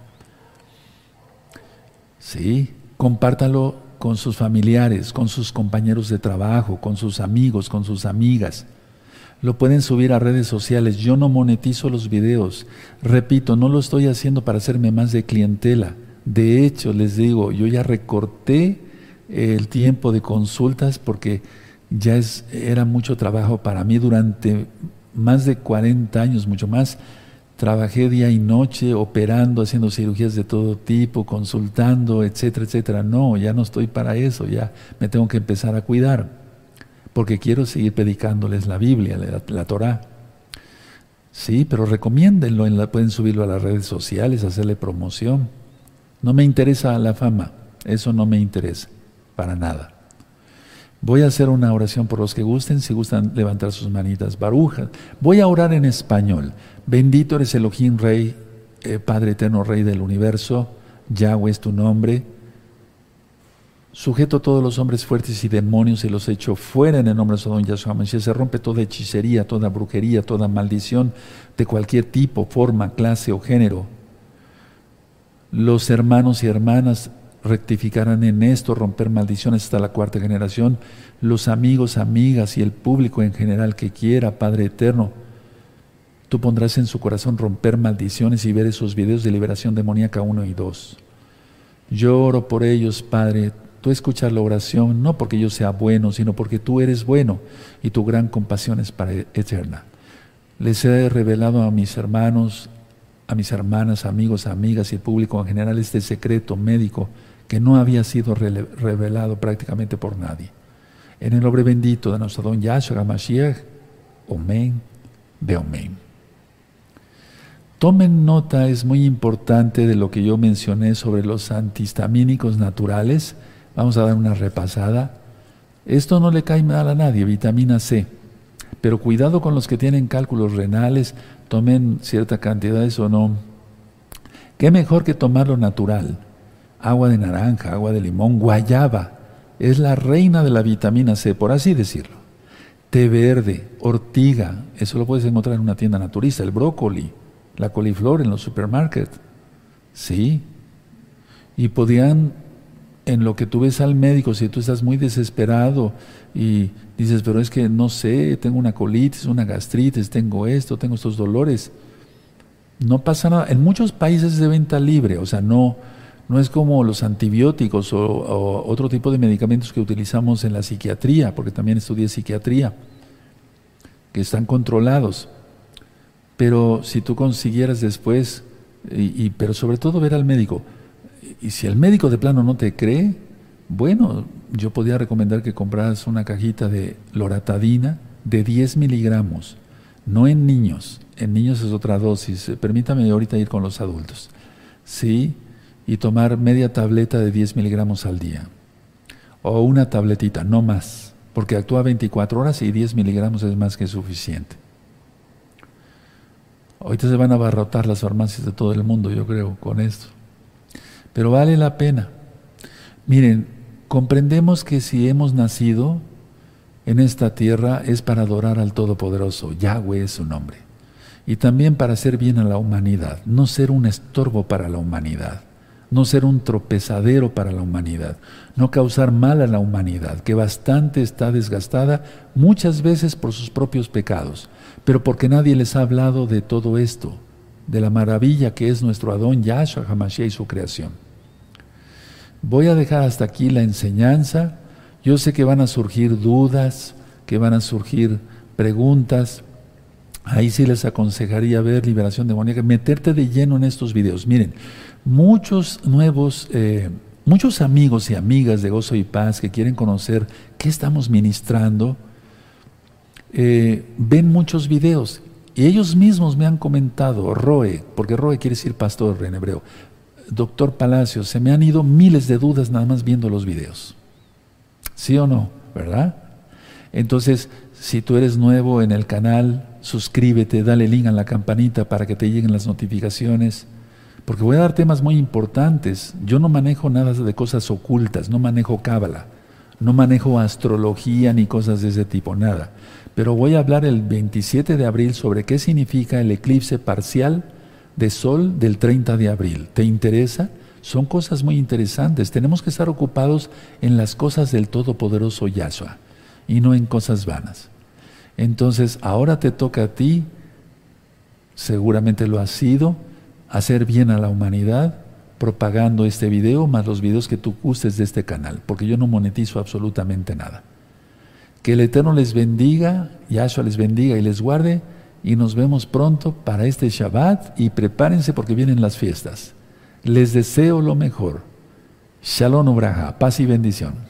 [SPEAKER 1] Sí, compártalo con sus familiares, con sus compañeros de trabajo, con sus amigos, con sus amigas. Lo pueden subir a redes sociales. Yo no monetizo los videos. Repito, no lo estoy haciendo para hacerme más de clientela. De hecho, les digo, yo ya recorté el tiempo de consultas porque ya es, era mucho trabajo para mí. Durante más de cuarenta años, mucho más, trabajé día y noche operando, haciendo cirugías de todo tipo, consultando, etcétera, etcétera. No, ya no estoy para eso, ya me tengo que empezar a cuidar, porque quiero seguir predicándoles la Biblia, la, la Torah. Sí, pero recomiéndenlo, en la, pueden subirlo a las redes sociales, hacerle promoción. No me interesa la fama, eso no me interesa, para nada. Voy a hacer una oración por los que gusten, si gustan levantar sus manitas. Baruja. Voy a orar en español. Bendito eres Elohim, Rey, eh, Padre eterno, Rey del universo. Yahweh es tu nombre. Sujeto a todos los hombres fuertes y demonios y los echo fuera en el nombre de Sodom Yahshua Mashiach. Se rompe toda hechicería, toda brujería, toda maldición de cualquier tipo, forma, clase o género. Los hermanos y hermanas rectificarán en esto, romper maldiciones hasta la cuarta generación. Los amigos, amigas y el público en general que quiera, Padre eterno, tú pondrás en su corazón romper maldiciones y ver esos videos de liberación demoníaca uno y dos. Yo oro por ellos, Padre. Tú escuchas la oración, no porque yo sea bueno, sino porque tú eres bueno y tu gran compasión es para eterna. Les he revelado a mis hermanos, a mis hermanas, amigos, amigas y el público en general este secreto médico que no había sido revelado prácticamente por nadie. En el nombre bendito de nuestro don Yahshua Mashiach, Omen, Beomen. Tomen nota, es muy importante de lo que yo mencioné sobre los antihistamínicos naturales. Vamos a dar una repasada. Esto no le cae mal a nadie, vitamina C. Pero cuidado con los que tienen cálculos renales, tomen cierta cantidad de eso, no. ¿Qué mejor que tomarlo natural? Agua de naranja, agua de limón, guayaba. Es la reina de la vitamina C, por así decirlo. Té verde, ortiga, eso lo puedes encontrar en una tienda naturista. El brócoli, la coliflor en los supermarkets. Sí. Y podían, en lo que tú ves al médico, si tú estás muy desesperado y dices, pero es que no sé, tengo una colitis, una gastritis, tengo esto, tengo estos dolores. No pasa nada. En muchos países es de venta libre, o sea, no, no es como los antibióticos o, o otro tipo de medicamentos que utilizamos en la psiquiatría, porque también estudié psiquiatría, que están controlados. Pero si tú consiguieras después, y, y, pero sobre todo ver al médico, y si el médico de plano no te cree, bueno, yo podría recomendar que compraras una cajita de loratadina de diez miligramos, no en niños, en niños es otra dosis, permítame ahorita ir con los adultos, sí, y tomar media tableta de diez miligramos al día, o una tabletita, no más, porque actúa veinticuatro horas y diez miligramos es más que suficiente. Ahorita se van a abarrotar las farmacias de todo el mundo, yo creo, con esto. Pero vale la pena. Miren, comprendemos que si hemos nacido en esta tierra es para adorar al Todopoderoso, Yahweh es su nombre. Y también para hacer bien a la humanidad, no ser un estorbo para la humanidad, no ser un tropezadero para la humanidad, no causar mal a la humanidad, que bastante está desgastada muchas veces por sus propios pecados, pero porque nadie les ha hablado de todo esto, de la maravilla que es nuestro Adón Yahshua HaMashiach y su creación. Voy a dejar hasta aquí la enseñanza. Yo sé que van a surgir dudas, que van a surgir preguntas. Ahí sí les aconsejaría ver liberación demoníaca, meterte de lleno en estos videos. Miren, muchos nuevos, eh, muchos amigos y amigas de Gozo y Paz que quieren conocer qué estamos ministrando, eh, ven muchos videos. Y ellos mismos me han comentado, Roe, porque Roe quiere decir pastor en hebreo, doctor Palacios, se me han ido miles de dudas nada más viendo los videos. ¿Sí o no? ¿Verdad? Entonces, si tú eres nuevo en el canal, suscríbete, dale link a la campanita para que te lleguen las notificaciones, porque voy a dar temas muy importantes. Yo no manejo nada de cosas ocultas, no manejo cábala, no manejo astrología ni cosas de ese tipo, nada. Pero voy a hablar el veintisiete de abril sobre qué significa el eclipse parcial de sol del treinta de abril. ¿Te interesa? Son cosas muy interesantes. Tenemos que estar ocupados en las cosas del Todopoderoso Yahshua y no en cosas vanas. Entonces, ahora te toca a ti, seguramente lo has sido, hacer bien a la humanidad, propagando este video, más los videos que tú gustes de este canal, porque yo no monetizo absolutamente nada. Que el Eterno les bendiga, Yahshua les bendiga y les guarde, y nos vemos pronto para este Shabbat, y prepárense porque vienen las fiestas. Les deseo lo mejor. Shalom Ubraja, paz y bendición.